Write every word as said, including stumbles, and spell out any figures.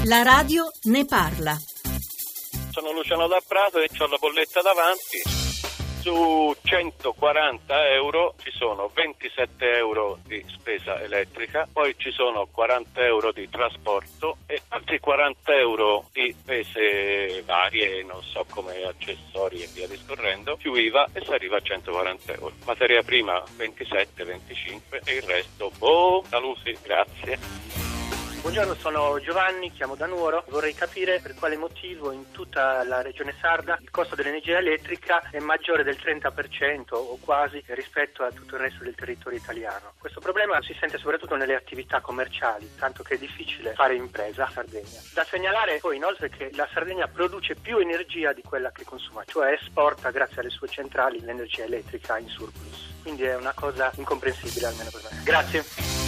La radio ne parla. Sono Luciano da Prato e ho la bolletta davanti. Su centoquaranta euro ci sono ventisette euro di spesa elettrica, poi ci sono quaranta euro di trasporto e altri quaranta euro di spese varie, non so come accessori e via discorrendo, più I V A, e si arriva a centoquaranta euro. Materia prima ventisette venticinque e il resto, boh, saluti, grazie. Buongiorno, sono Giovanni, chiamo da Nuoro. Vorrei capire per quale motivo in tutta la regione sarda il costo dell'energia elettrica è maggiore del trenta per cento o quasi rispetto a tutto il resto del territorio italiano. Questo problema si sente soprattutto nelle attività commerciali, tanto che è difficile fare impresa a Sardegna. Da segnalare poi inoltre che la Sardegna produce più energia di quella che consuma, cioè esporta grazie alle sue centrali l'energia elettrica in surplus. Quindi è una cosa incomprensibile almeno per me. Grazie.